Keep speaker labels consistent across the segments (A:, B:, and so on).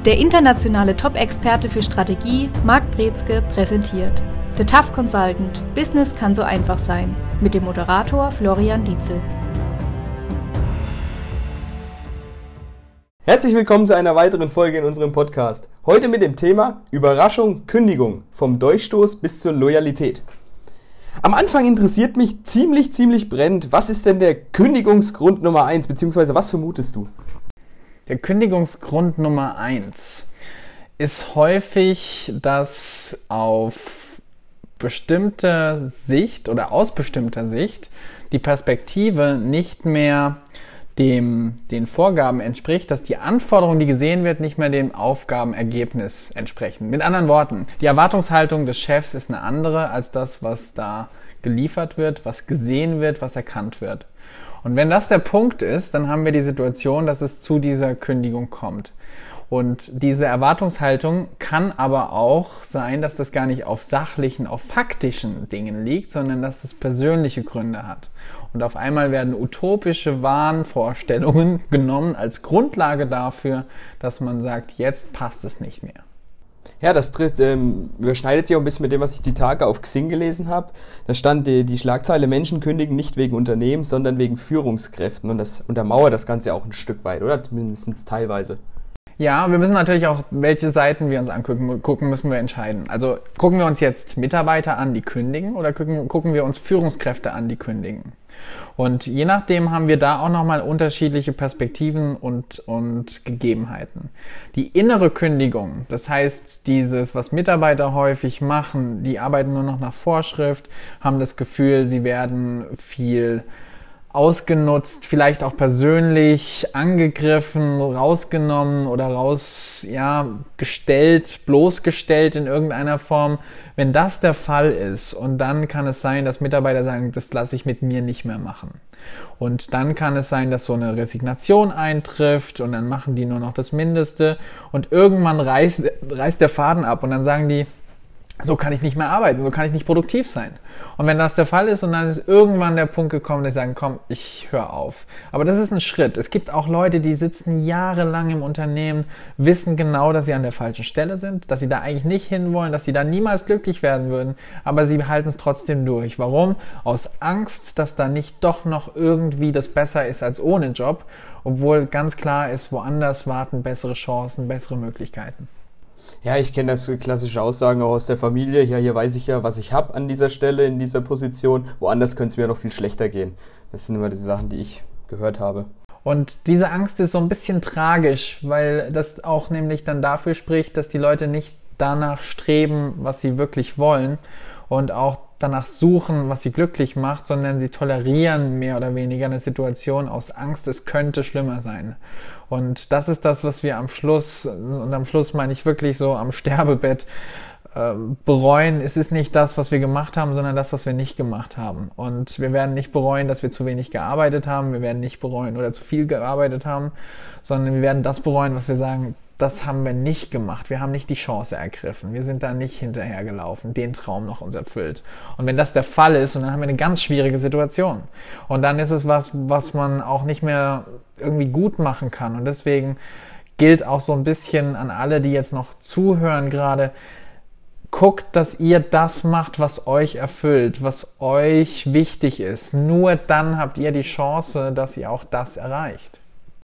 A: Der internationale Top-Experte für Strategie, Marc Brezke, präsentiert The Tough Consultant – Business kann so einfach sein mit dem Moderator Florian Dietzel.
B: Herzlich willkommen zu einer weiteren Folge in unserem Podcast. Heute mit dem Thema Überraschung, Kündigung, vom Durchstoß bis zur Loyalität. Am Anfang interessiert mich ziemlich brennend, was ist denn der Kündigungsgrund Nummer 1, beziehungsweise was vermutest du?
C: Der Kündigungsgrund Nummer 1 ist häufig, dass auf bestimmte Sicht oder aus bestimmter Sicht die Perspektive nicht mehr den Vorgaben entspricht, dass die Anforderung, die gesehen wird, nicht mehr dem Aufgabenergebnis entsprechen. Mit anderen Worten, die Erwartungshaltung des Chefs ist eine andere als das, was da geliefert wird, was gesehen wird, was erkannt wird. Und wenn das der Punkt ist, dann haben wir die Situation, dass es zu dieser Kündigung kommt. Und diese Erwartungshaltung kann aber auch sein, dass das gar nicht auf sachlichen, auf faktischen Dingen liegt, sondern dass es persönliche Gründe hat. Und auf einmal werden utopische Wahnvorstellungen genommen als Grundlage dafür, dass man sagt, jetzt passt es nicht mehr.
B: Ja, das überschneidet sich auch ein bisschen mit dem, was ich die Tage auf Xing gelesen habe. Da stand die Schlagzeile: Menschen kündigen nicht wegen Unternehmens, sondern wegen Führungskräften. Und das untermauert das Ganze auch ein Stück weit, oder? Zumindest teilweise.
C: Ja, wir müssen natürlich auch, welche Seiten wir uns angucken, müssen wir entscheiden. Also gucken wir uns jetzt Mitarbeiter an, die kündigen, oder gucken wir uns Führungskräfte an, die kündigen. Und je nachdem haben wir da auch nochmal unterschiedliche Perspektiven und Gegebenheiten. Die innere Kündigung, das heißt dieses, was Mitarbeiter häufig machen, die arbeiten nur noch nach Vorschrift, haben das Gefühl, sie werden viel ausgenutzt, vielleicht auch persönlich angegriffen, rausgenommen oder bloßgestellt in irgendeiner Form. Wenn das der Fall ist, und dann kann es sein, dass Mitarbeiter sagen, das lasse ich mit mir nicht mehr machen. Und dann kann es sein, dass so eine Resignation eintrifft und dann machen die nur noch das Mindeste und irgendwann reißt der Faden ab und dann sagen die, so kann ich nicht mehr arbeiten, so kann ich nicht produktiv sein. Und wenn das der Fall ist und dann ist irgendwann der Punkt gekommen, dass sie sagen, komm, ich höre auf. Aber das ist ein Schritt. Es gibt auch Leute, die sitzen jahrelang im Unternehmen, wissen genau, dass sie an der falschen Stelle sind, dass sie da eigentlich nicht hinwollen, dass sie da niemals glücklich werden würden, aber sie halten es trotzdem durch. Warum? Aus Angst, dass da nicht doch noch irgendwie das besser ist als ohne Job, obwohl ganz klar ist, woanders warten bessere Chancen, bessere Möglichkeiten.
B: Ja, ich kenne das klassische Aussagen auch aus der Familie. Ja, hier weiß ich ja, was ich habe an dieser Stelle, in dieser Position. Woanders könnte es mir noch viel schlechter gehen. Das sind immer die Sachen, die ich gehört habe.
C: Und diese Angst ist so ein bisschen tragisch, weil das auch nämlich dann dafür spricht, dass die Leute nicht danach streben, was sie wirklich wollen und auch danach suchen, was sie glücklich macht, sondern sie tolerieren mehr oder weniger eine Situation aus Angst, es könnte schlimmer sein. Und das ist das, was wir am Schluss, und am Schluss meine ich wirklich so am Sterbebett, bereuen. Es ist nicht das, was wir gemacht haben, sondern das, was wir nicht gemacht haben. Und wir werden nicht bereuen, dass wir zu wenig gearbeitet haben, wir werden nicht bereuen oder zu viel gearbeitet haben, sondern wir werden das bereuen, was wir sagen, das haben wir nicht gemacht. Wir haben nicht die Chance ergriffen. Wir sind da nicht hinterhergelaufen, den Traum noch uns erfüllt. Und wenn das der Fall ist, und dann haben wir eine ganz schwierige Situation. Und dann ist es was man auch nicht mehr irgendwie gut machen kann. Und deswegen gilt auch so ein bisschen an alle, die jetzt noch zuhören gerade, guckt, dass ihr das macht, was euch erfüllt, was euch wichtig ist. Nur dann habt ihr die Chance, dass ihr auch das erreicht.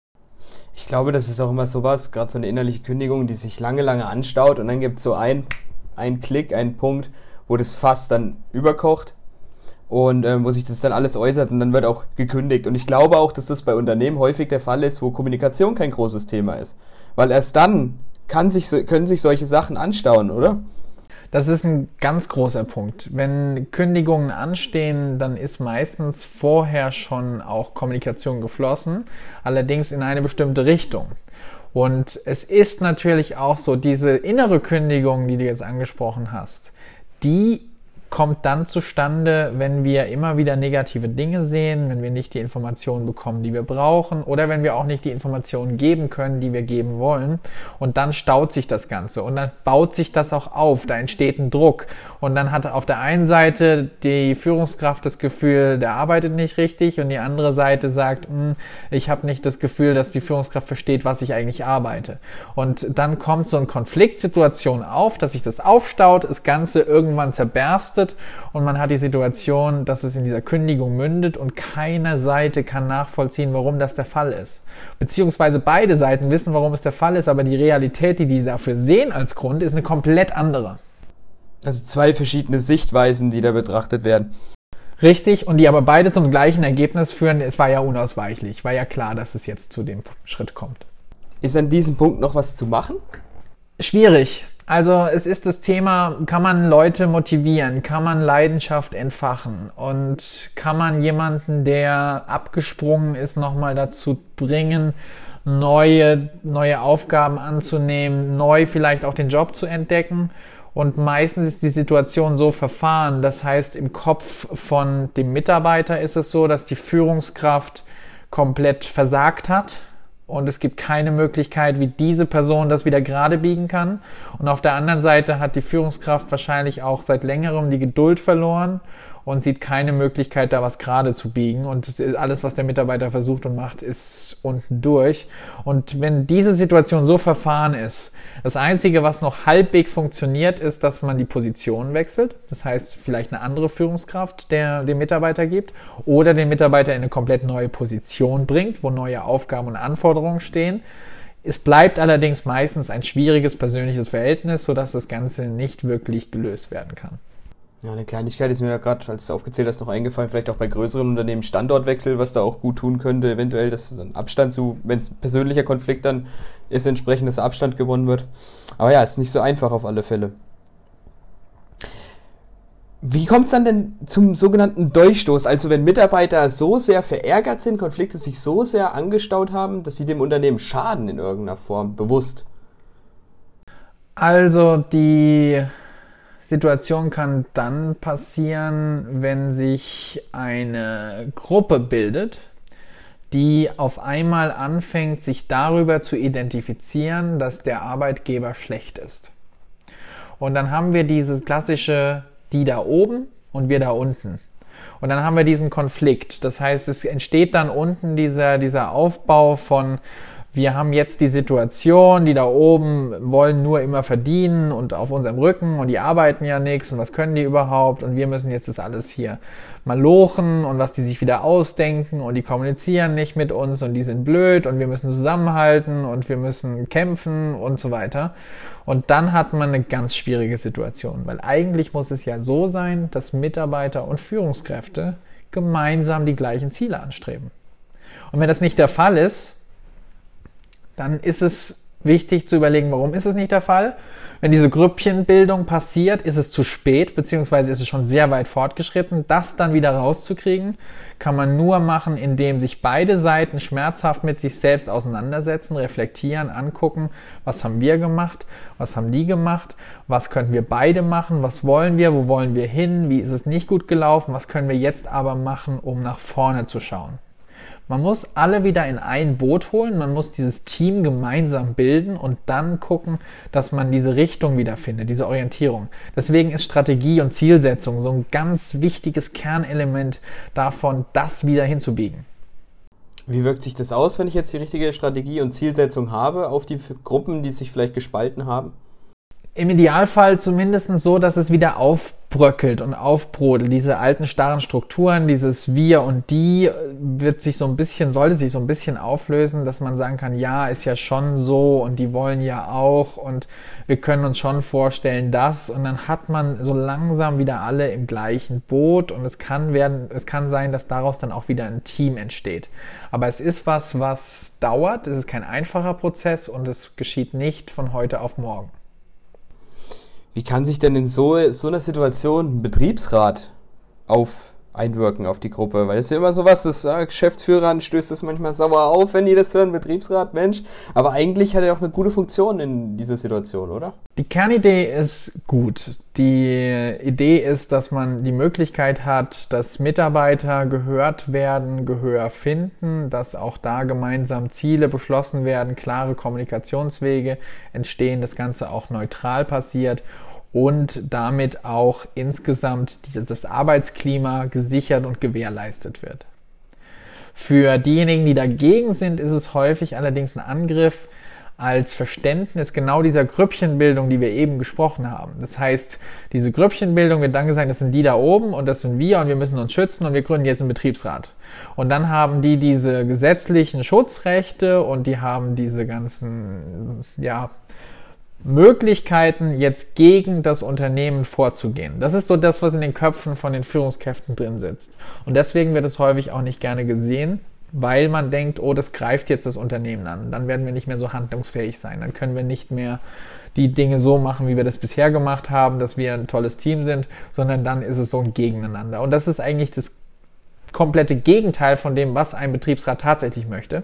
B: Ich glaube, das ist auch immer sowas, gerade so eine innerliche Kündigung, die sich lange anstaut und dann gibt es so einen Klick, einen Punkt, wo das Fass dann überkocht und wo sich das dann alles äußert und dann wird auch gekündigt. Und ich glaube auch, dass das bei Unternehmen häufig der Fall ist, wo Kommunikation kein großes Thema ist. Weil erst dann können sich solche Sachen anstauen, oder?
C: Das ist ein ganz großer Punkt. Wenn Kündigungen anstehen, dann ist meistens vorher schon auch Kommunikation geflossen, allerdings in eine bestimmte Richtung. Und es ist natürlich auch so, diese innere Kündigung, die du jetzt angesprochen hast, die kommt dann zustande, wenn wir immer wieder negative Dinge sehen, wenn wir nicht die Informationen bekommen, die wir brauchen, oder wenn wir auch nicht die Informationen geben können, die wir geben wollen. Und dann staut sich das Ganze und dann baut sich das auch auf, da entsteht ein Druck. Und dann hat auf der einen Seite die Führungskraft das Gefühl, der arbeitet nicht richtig, und die andere Seite sagt, ich habe nicht das Gefühl, dass die Führungskraft versteht, was ich eigentlich arbeite. Und dann kommt so eine Konfliktsituation auf, dass sich das aufstaut, das Ganze irgendwann zerberstet, und man hat die Situation, dass es in dieser Kündigung mündet und keine Seite kann nachvollziehen, warum das der Fall ist. Beziehungsweise beide Seiten wissen, warum es der Fall ist, aber die Realität, die die dafür sehen als Grund, ist eine komplett andere.
B: Also 2 verschiedene Sichtweisen, die da betrachtet werden.
C: Richtig, und die aber beide zum gleichen Ergebnis führen. Es war ja unausweichlich, war ja klar, dass es jetzt zu dem Schritt kommt.
B: Ist an diesem Punkt noch was zu machen?
C: Schwierig. Also es ist das Thema, kann man Leute motivieren, kann man Leidenschaft entfachen und kann man jemanden, der abgesprungen ist, nochmal dazu bringen, neue Aufgaben anzunehmen, neu vielleicht auch den Job zu entdecken. Und meistens ist die Situation so verfahren, das heißt, im Kopf von dem Mitarbeiter ist es so, dass die Führungskraft komplett versagt hat. Und es gibt keine Möglichkeit, wie diese Person das wieder gerade biegen kann. Und auf der anderen Seite hat die Führungskraft wahrscheinlich auch seit längerem die Geduld verloren und sieht keine Möglichkeit, da was gerade zu biegen. Und alles, was der Mitarbeiter versucht und macht, ist unten durch. Und wenn diese Situation so verfahren ist, das Einzige, was noch halbwegs funktioniert, ist, dass man die Position wechselt. Das heißt, vielleicht eine andere Führungskraft, der dem Mitarbeiter gibt, oder den Mitarbeiter in eine komplett neue Position bringt, wo neue Aufgaben und Anforderungen stehen. Es bleibt allerdings meistens ein schwieriges persönliches Verhältnis, sodass das Ganze nicht wirklich gelöst werden kann.
B: Ja, eine Kleinigkeit ist mir da gerade, als du aufgezählt hast, noch eingefallen, vielleicht auch bei größeren Unternehmen Standortwechsel, was da auch gut tun könnte, eventuell, dass dann Abstand zu, wenn es persönlicher Konflikt dann ist, entsprechendes Abstand gewonnen wird. Aber ja, ist nicht so einfach auf alle Fälle. Wie kommt es dann denn zum sogenannten Durchstoß? Also wenn Mitarbeiter so sehr verärgert sind, Konflikte sich so sehr angestaut haben, dass sie dem Unternehmen schaden in irgendeiner Form, bewusst?
C: Also die Situation kann dann passieren, wenn sich eine Gruppe bildet, die auf einmal anfängt, sich darüber zu identifizieren, dass der Arbeitgeber schlecht ist. Und dann haben wir dieses klassische, die da oben und wir da unten. Und dann haben wir diesen Konflikt. Das heißt, es entsteht dann unten dieser Aufbau von, wir haben jetzt die Situation, die da oben wollen nur immer verdienen und auf unserem Rücken, und die arbeiten ja nichts und was können die überhaupt, und wir müssen jetzt das alles hier malochen und was die sich wieder ausdenken, und die kommunizieren nicht mit uns und die sind blöd und wir müssen zusammenhalten und wir müssen kämpfen und so weiter. Und dann hat man eine ganz schwierige Situation, weil eigentlich muss es ja so sein, dass Mitarbeiter und Führungskräfte gemeinsam die gleichen Ziele anstreben. Und wenn das nicht der Fall ist, dann ist es wichtig zu überlegen, warum ist es nicht der Fall. Wenn diese Grüppchenbildung passiert, ist es zu spät, beziehungsweise ist es schon sehr weit fortgeschritten. Das dann wieder rauszukriegen, kann man nur machen, indem sich beide Seiten schmerzhaft mit sich selbst auseinandersetzen, reflektieren, angucken, was haben wir gemacht, was haben die gemacht, was könnten wir beide machen, was wollen wir, wo wollen wir hin, wie ist es nicht gut gelaufen, was können wir jetzt aber machen, um nach vorne zu schauen. Man muss alle wieder in ein Boot holen, man muss dieses Team gemeinsam bilden und dann gucken, dass man diese Richtung wiederfindet, diese Orientierung. Deswegen ist Strategie und Zielsetzung so ein ganz wichtiges Kernelement davon, das wieder hinzubiegen.
B: Wie wirkt sich das aus, wenn ich jetzt die richtige Strategie und Zielsetzung habe, auf die Gruppen, die sich vielleicht gespalten haben?
C: Im Idealfall zumindest so, dass es wieder aufbröckelt und aufbrodelt. Diese alten starren Strukturen, dieses Wir und die sollte sich so ein bisschen auflösen, dass man sagen kann, ja, ist ja schon so und die wollen ja auch und wir können uns schon vorstellen, das, und dann hat man so langsam wieder alle im gleichen Boot, und es kann sein, dass daraus dann auch wieder ein Team entsteht. Aber es ist was dauert, es ist kein einfacher Prozess und es geschieht nicht von heute auf morgen.
B: Wie kann sich denn in so einer Situation ein Betriebsrat einwirken auf die Gruppe? Weil es ist ja immer sowas, das Geschäftsführern stößt das manchmal sauer auf, wenn die das hören, Betriebsrat, Mensch. Aber eigentlich hat er auch eine gute Funktion in dieser Situation, oder?
C: Die Kernidee ist gut. Die Idee ist, dass man die Möglichkeit hat, dass Mitarbeiter gehört werden, Gehör finden, dass auch da gemeinsam Ziele beschlossen werden, klare Kommunikationswege entstehen, das Ganze auch neutral passiert und damit auch insgesamt das Arbeitsklima gesichert und gewährleistet wird. Für diejenigen, die dagegen sind, ist es häufig allerdings ein Angriff als Verständnis genau dieser Grüppchenbildung, die wir eben gesprochen haben. Das heißt, diese Grüppchenbildung wird dann gesagt, das sind die da oben und das sind wir und wir müssen uns schützen und wir gründen jetzt einen Betriebsrat. Und dann haben die diese gesetzlichen Schutzrechte und die haben diese ganzen, Möglichkeiten, jetzt gegen das Unternehmen vorzugehen. Das ist so das, was in den Köpfen von den Führungskräften drin sitzt. Und deswegen wird es häufig auch nicht gerne gesehen, weil man denkt, oh, das greift jetzt das Unternehmen an. Dann werden wir nicht mehr so handlungsfähig sein. Dann können wir nicht mehr die Dinge so machen, wie wir das bisher gemacht haben, dass wir ein tolles Team sind, sondern dann ist es so ein Gegeneinander. Und das ist eigentlich das komplette Gegenteil von dem, was ein Betriebsrat tatsächlich möchte.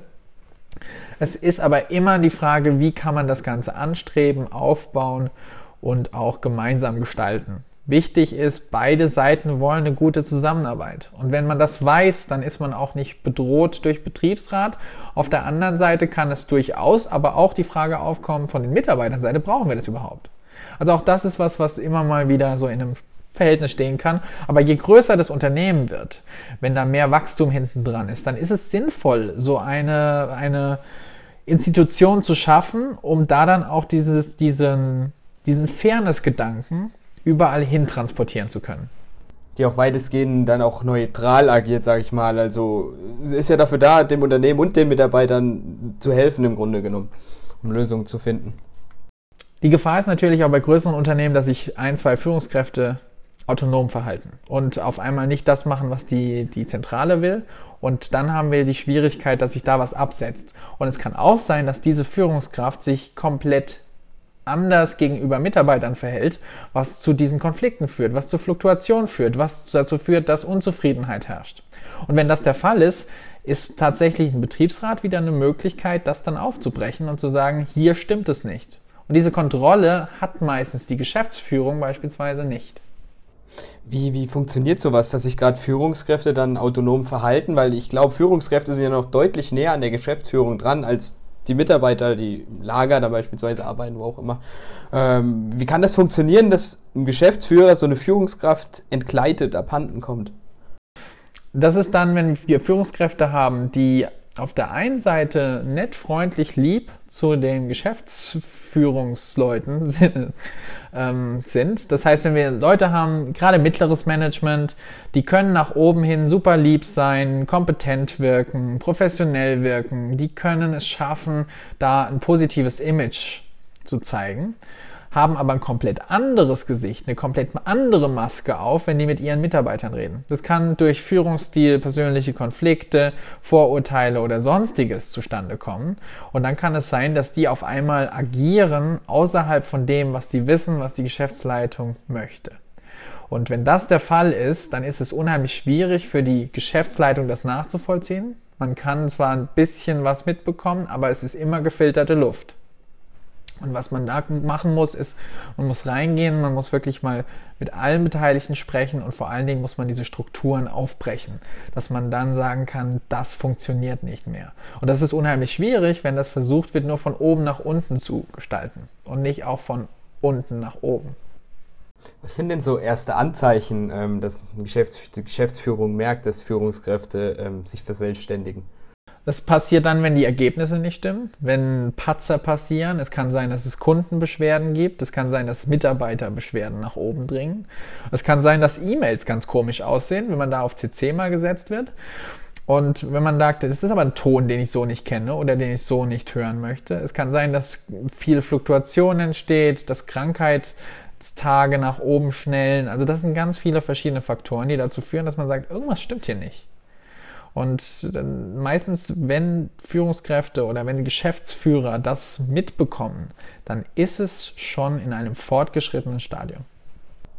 C: Es ist aber immer die Frage, wie kann man das Ganze anstreben, aufbauen und auch gemeinsam gestalten. Wichtig ist, beide Seiten wollen eine gute Zusammenarbeit. Und wenn man das weiß, dann ist man auch nicht bedroht durch Betriebsrat. Auf der anderen Seite kann es durchaus aber auch die Frage aufkommen von den Mitarbeiterseite, brauchen wir das überhaupt? Also auch das ist was immer mal wieder so in einem Verhältnis stehen kann. Aber je größer das Unternehmen wird, wenn da mehr Wachstum hinten dran ist, dann ist es sinnvoll, so eine Institution zu schaffen, um da dann auch diesen Fairness-Gedanken überall hin transportieren zu können.
B: Die auch weitestgehend dann auch neutral agiert, sage ich mal. Also ist ja dafür da, dem Unternehmen und den Mitarbeitern zu helfen im Grunde genommen, um Lösungen zu finden.
C: Die Gefahr ist natürlich auch bei größeren Unternehmen, dass sich 1, 2 Führungskräfte autonom verhalten und auf einmal nicht das machen, was die Zentrale will. Und dann haben wir die Schwierigkeit, dass sich da was absetzt. Und es kann auch sein, dass diese Führungskraft sich komplett anders gegenüber Mitarbeitern verhält, was zu diesen Konflikten führt, was zu Fluktuation führt, was dazu führt, dass Unzufriedenheit herrscht. Und wenn das der Fall ist, ist tatsächlich ein Betriebsrat wieder eine Möglichkeit, das dann aufzubrechen und zu sagen, hier stimmt es nicht. Und diese Kontrolle hat meistens die Geschäftsführung beispielsweise nicht.
B: Wie funktioniert sowas, dass sich gerade Führungskräfte dann autonom verhalten? Weil ich glaube, Führungskräfte sind ja noch deutlich näher an der Geschäftsführung dran als die Mitarbeiter, die im Lager da beispielsweise arbeiten, wo auch immer. Wie kann das funktionieren, dass ein Geschäftsführer so eine Führungskraft entgleitet, abhanden kommt?
C: Das ist dann, wenn wir Führungskräfte haben, die auf der einen Seite nett, freundlich, lieb zu den Geschäftsführungsleuten sind. Das heißt, wenn wir Leute haben, gerade mittleres Management, die können nach oben hin super lieb sein, kompetent wirken, professionell wirken, die können es schaffen, da ein positives Image zu zeigen, haben aber ein komplett anderes Gesicht, eine komplett andere Maske auf, wenn die mit ihren Mitarbeitern reden. Das kann durch Führungsstil, persönliche Konflikte, Vorurteile oder Sonstiges zustande kommen. Und dann kann es sein, dass die auf einmal agieren außerhalb von dem, was die wissen, was die Geschäftsleitung möchte. Und wenn das der Fall ist, dann ist es unheimlich schwierig für die Geschäftsleitung, das nachzuvollziehen. Man kann zwar ein bisschen was mitbekommen, aber es ist immer gefilterte Luft. Und was man da machen muss, ist, man muss reingehen, man muss wirklich mal mit allen Beteiligten sprechen und vor allen Dingen muss man diese Strukturen aufbrechen, dass man dann sagen kann, das funktioniert nicht mehr. Und das ist unheimlich schwierig, wenn das versucht wird, nur von oben nach unten zu gestalten und nicht auch von unten nach oben.
B: Was sind denn so erste Anzeichen, dass die Geschäftsführung merkt, dass Führungskräfte sich verselbstständigen?
C: Das passiert dann, wenn die Ergebnisse nicht stimmen, wenn Patzer passieren. Es kann sein, dass es Kundenbeschwerden gibt. Es kann sein, dass Mitarbeiterbeschwerden nach oben dringen. Es kann sein, dass E-Mails ganz komisch aussehen, wenn man da auf CC mal gesetzt wird. Und wenn man sagt, das ist aber ein Ton, den ich so nicht kenne oder den ich so nicht hören möchte. Es kann sein, dass viel Fluktuation entsteht, dass Krankheitstage nach oben schnellen. Also das sind ganz viele verschiedene Faktoren, die dazu führen, dass man sagt, irgendwas stimmt hier nicht. Und meistens, wenn Führungskräfte oder wenn Geschäftsführer das mitbekommen, dann ist es schon in einem fortgeschrittenen Stadium.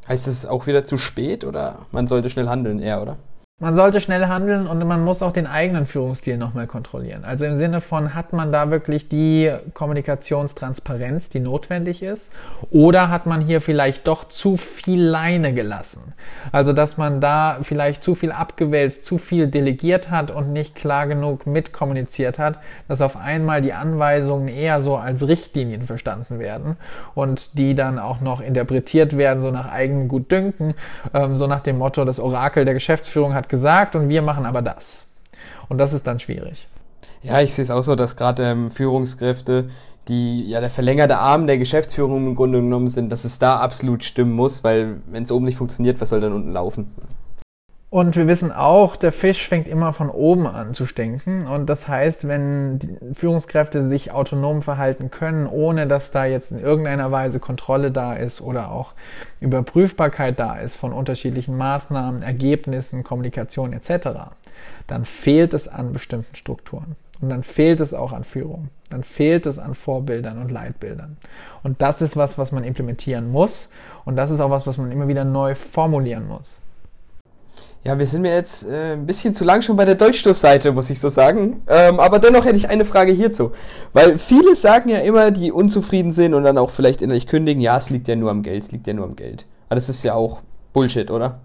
B: Heißt es auch wieder zu spät oder man sollte schnell handeln eher, oder?
C: Man sollte schnell handeln und man muss auch den eigenen Führungsstil nochmal kontrollieren. Also im Sinne von, hat man da wirklich die Kommunikationstransparenz, die notwendig ist? Oder hat man hier vielleicht doch zu viel Leine gelassen? Also dass man da vielleicht zu viel abgewälzt, zu viel delegiert hat und nicht klar genug mitkommuniziert hat, dass auf einmal die Anweisungen eher so als Richtlinien verstanden werden und die dann auch noch interpretiert werden, so nach eigenem Gutdünken, so nach dem Motto, das Orakel der Geschäftsführung hat gesagt und wir machen aber das. Und das ist dann schwierig.
B: Ja, ich sehe es auch so, dass gerade Führungskräfte, die ja der verlängerte Arm der Geschäftsführung im Grunde genommen sind, dass es da absolut stimmen muss, weil wenn es oben nicht funktioniert, was soll dann unten laufen?
C: Und wir wissen auch, der Fisch fängt immer von oben an zu stinken. Und das heißt, wenn die Führungskräfte sich autonom verhalten können, ohne dass da jetzt in irgendeiner Weise Kontrolle da ist oder auch Überprüfbarkeit da ist von unterschiedlichen Maßnahmen, Ergebnissen, Kommunikation etc., dann fehlt es an bestimmten Strukturen. Und dann fehlt es auch an Führung. Dann fehlt es an Vorbildern und Leitbildern. Und das ist was man implementieren muss. Und das ist auch was man immer wieder neu formulieren muss.
B: Ja, wir sind mir jetzt ein bisschen zu lang schon bei der Dolchstoßseite, muss ich so sagen. Aber dennoch hätte ich eine Frage hierzu. Weil viele sagen ja immer, die unzufrieden sind und dann auch vielleicht innerlich kündigen, ja, es liegt ja nur am Geld, es liegt ja nur am Geld. Aber das ist ja auch Bullshit, oder?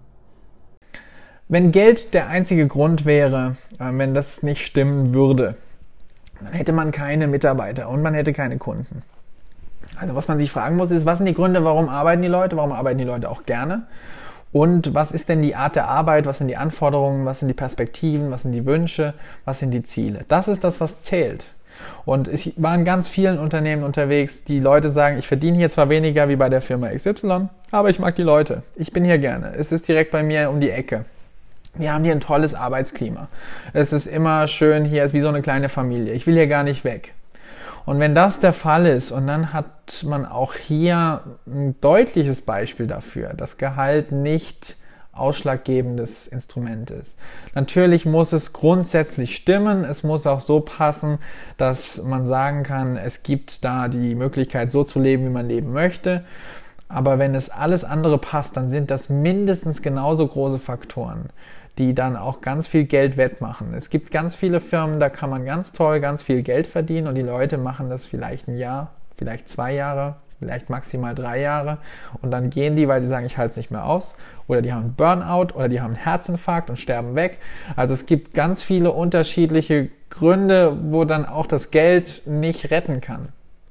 C: Wenn Geld der einzige Grund wäre, wenn das nicht stimmen würde, dann hätte man keine Mitarbeiter und man hätte keine Kunden. Also was man sich fragen muss, ist, was sind die Gründe, warum arbeiten die Leute? Warum arbeiten die Leute auch gerne? Und was ist denn die Art der Arbeit, was sind die Anforderungen, was sind die Perspektiven, was sind die Wünsche, was sind die Ziele? Das ist das, was zählt. Und ich war in ganz vielen Unternehmen unterwegs, die Leute sagen, ich verdiene hier zwar weniger wie bei der Firma XY, aber ich mag die Leute. Ich bin hier gerne. Es ist direkt bei mir um die Ecke. Wir haben hier ein tolles Arbeitsklima. Es ist immer schön hier, es ist wie so eine kleine Familie. Ich will hier gar nicht weg. Und wenn das der Fall ist, und dann hat man auch hier ein deutliches Beispiel dafür, dass Gehalt nicht ausschlaggebendes Instrument ist. Natürlich muss es grundsätzlich stimmen, es muss auch so passen, dass man sagen kann, es gibt da die Möglichkeit, so zu leben, wie man leben möchte. Aber wenn es alles andere passt, dann sind das mindestens genauso große Faktoren, die dann auch ganz viel Geld wettmachen. Es gibt ganz viele Firmen, da kann man ganz toll, ganz viel Geld verdienen und die Leute machen das vielleicht ein Jahr, vielleicht 2 Jahre, vielleicht maximal 3 Jahre und dann gehen die, weil sie sagen, ich halte es nicht mehr aus oder die haben einen Burnout oder die haben einen Herzinfarkt und sterben weg. Also es gibt ganz viele unterschiedliche Gründe, wo dann auch das Geld nicht retten kann.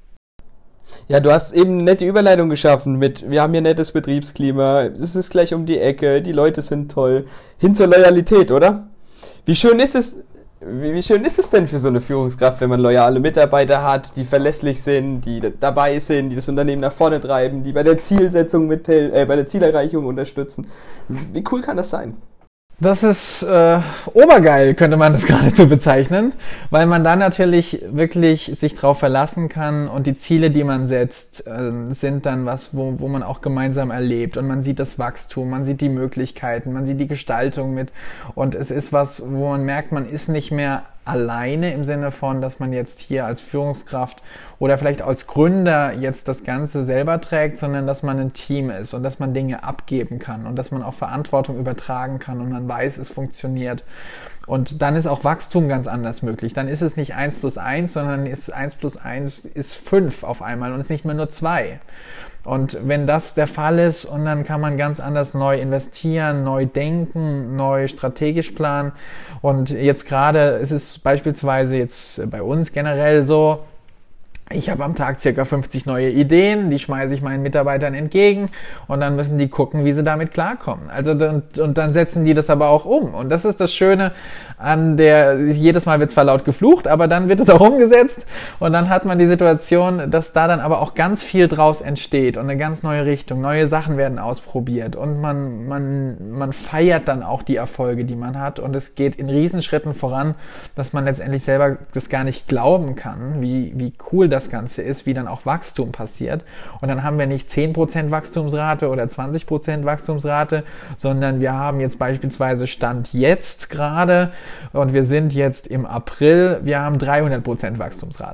B: Ja, du hast eben eine nette Überleitung geschaffen mit, wir haben hier nettes Betriebsklima, es ist gleich um die Ecke, die Leute sind toll, hin zur Loyalität, oder? Wie schön ist es denn für so eine Führungskraft, wenn man loyale Mitarbeiter hat, die verlässlich sind, die dabei sind, die das Unternehmen nach vorne treiben, die bei der Zielsetzung bei der Zielerreichung unterstützen? Wie cool kann das sein?
C: Das ist obergeil, könnte man das geradezu bezeichnen, weil man dann natürlich wirklich sich drauf verlassen kann und die Ziele, die man setzt, sind dann was, wo man auch gemeinsam erlebt und man sieht das Wachstum, man sieht die Möglichkeiten, man sieht die Gestaltung mit und es ist was, wo man merkt, man ist nicht mehr alleine im Sinne von, dass man jetzt hier als Führungskraft oder vielleicht als Gründer jetzt das Ganze selber trägt, sondern dass man ein Team ist und dass man Dinge abgeben kann und dass man auch Verantwortung übertragen kann und man weiß, es funktioniert. Und dann ist auch Wachstum ganz anders möglich. Dann ist es nicht 1+1, sondern 1+1 ist 5 auf einmal und ist nicht mehr nur 2. Und wenn das der Fall ist und dann kann man ganz anders neu investieren, neu denken, neu strategisch planen. Und jetzt gerade ist es beispielsweise jetzt bei uns generell so, ich habe am Tag circa 50 neue Ideen, die schmeiße ich meinen Mitarbeitern entgegen und dann müssen die gucken, wie sie damit klarkommen. Also und dann setzen die das aber auch um. Und das ist das Schöne an jedes Mal wird zwar laut geflucht, aber dann wird es auch umgesetzt und dann hat man die Situation, dass da dann aber auch ganz viel draus entsteht und eine ganz neue Richtung, neue Sachen werden ausprobiert und man feiert dann auch die Erfolge, die man hat und es geht in Riesenschritten voran, dass man letztendlich selber das gar nicht glauben kann, wie cool das Ganze ist, wie dann auch Wachstum passiert. Und dann haben wir nicht 10% Wachstumsrate oder 20% Wachstumsrate, sondern wir haben jetzt beispielsweise Stand jetzt gerade und wir sind jetzt im April, wir haben 300% Wachstumsrate.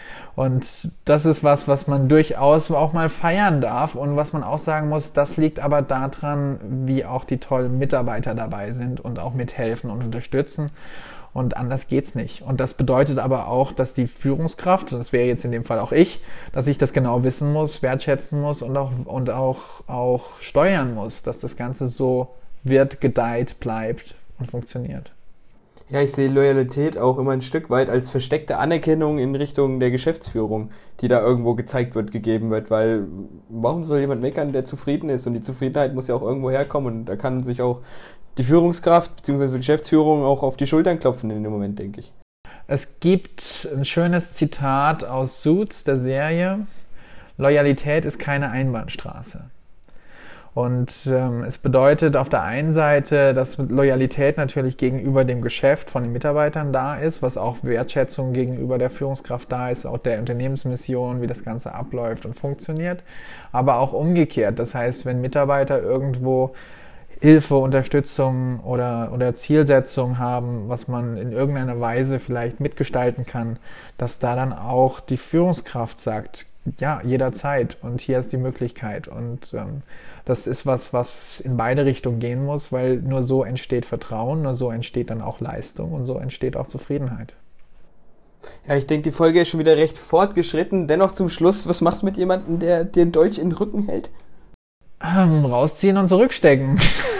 C: Und das ist was man durchaus auch mal feiern darf und was man auch sagen muss, das liegt aber daran, wie auch die tollen Mitarbeiter dabei sind und auch mithelfen und unterstützen. Und anders geht's nicht. Und das bedeutet aber auch, dass die Führungskraft, das wäre jetzt in dem Fall auch ich, dass ich das genau wissen muss, wertschätzen muss und auch steuern muss, dass das Ganze so wird, gedeiht, bleibt und funktioniert.
B: Ja, ich sehe Loyalität auch immer ein Stück weit als versteckte Anerkennung in Richtung der Geschäftsführung, die da irgendwo gezeigt wird, gegeben wird, weil warum soll jemand meckern, der zufrieden ist? Und die Zufriedenheit muss ja auch irgendwo herkommen und da kann sich auch die Führungskraft bzw. Geschäftsführung auch auf die Schultern klopfen in dem Moment, denke ich.
C: Es gibt ein schönes Zitat aus Suits, der Serie: Loyalität ist keine Einbahnstraße. Und es bedeutet auf der einen Seite, dass Loyalität natürlich gegenüber dem Geschäft von den Mitarbeitern da ist, was auch Wertschätzung gegenüber der Führungskraft da ist, auch der Unternehmensmission, wie das Ganze abläuft und funktioniert, aber auch umgekehrt. Das heißt, wenn Mitarbeiter irgendwo Hilfe, Unterstützung oder Zielsetzung haben, was man in irgendeiner Weise vielleicht mitgestalten kann, dass da dann auch die Führungskraft sagt, ja, jederzeit und hier ist die Möglichkeit. Und das ist was in beide Richtungen gehen muss, weil nur so entsteht Vertrauen, nur so entsteht dann auch Leistung und so entsteht auch Zufriedenheit.
B: Ja, ich denke, die Folge ist schon wieder recht fortgeschritten. Dennoch zum Schluss, was machst du mit jemandem, der dir einen Dolch in den Rücken hält?
C: Rausziehen und zurückstecken.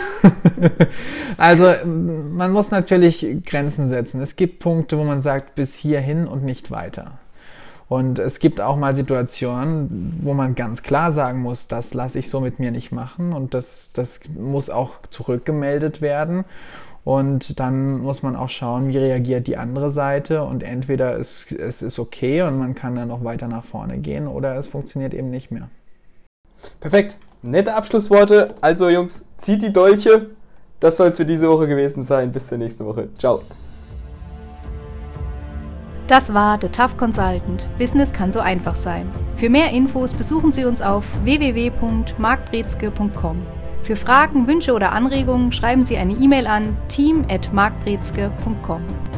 C: Also man muss natürlich Grenzen setzen. Es gibt Punkte, wo man sagt, bis hierhin und nicht weiter. Und es gibt auch mal Situationen, wo man ganz klar sagen muss, das lasse ich so mit mir nicht machen und das muss auch zurückgemeldet werden. Und dann muss man auch schauen, wie reagiert die andere Seite und entweder es ist okay und man kann dann noch weiter nach vorne gehen oder es funktioniert eben nicht mehr.
B: Perfekt. Nette Abschlussworte. Also Jungs, zieht die Dolche. Das soll es für diese Woche gewesen sein. Bis zur nächsten Woche. Ciao.
A: Das war The Tough Consultant. Business kann so einfach sein. Für mehr Infos besuchen Sie uns auf www.markbrezke.com. Für Fragen, Wünsche oder Anregungen schreiben Sie eine E-Mail an team@markbrezke.com.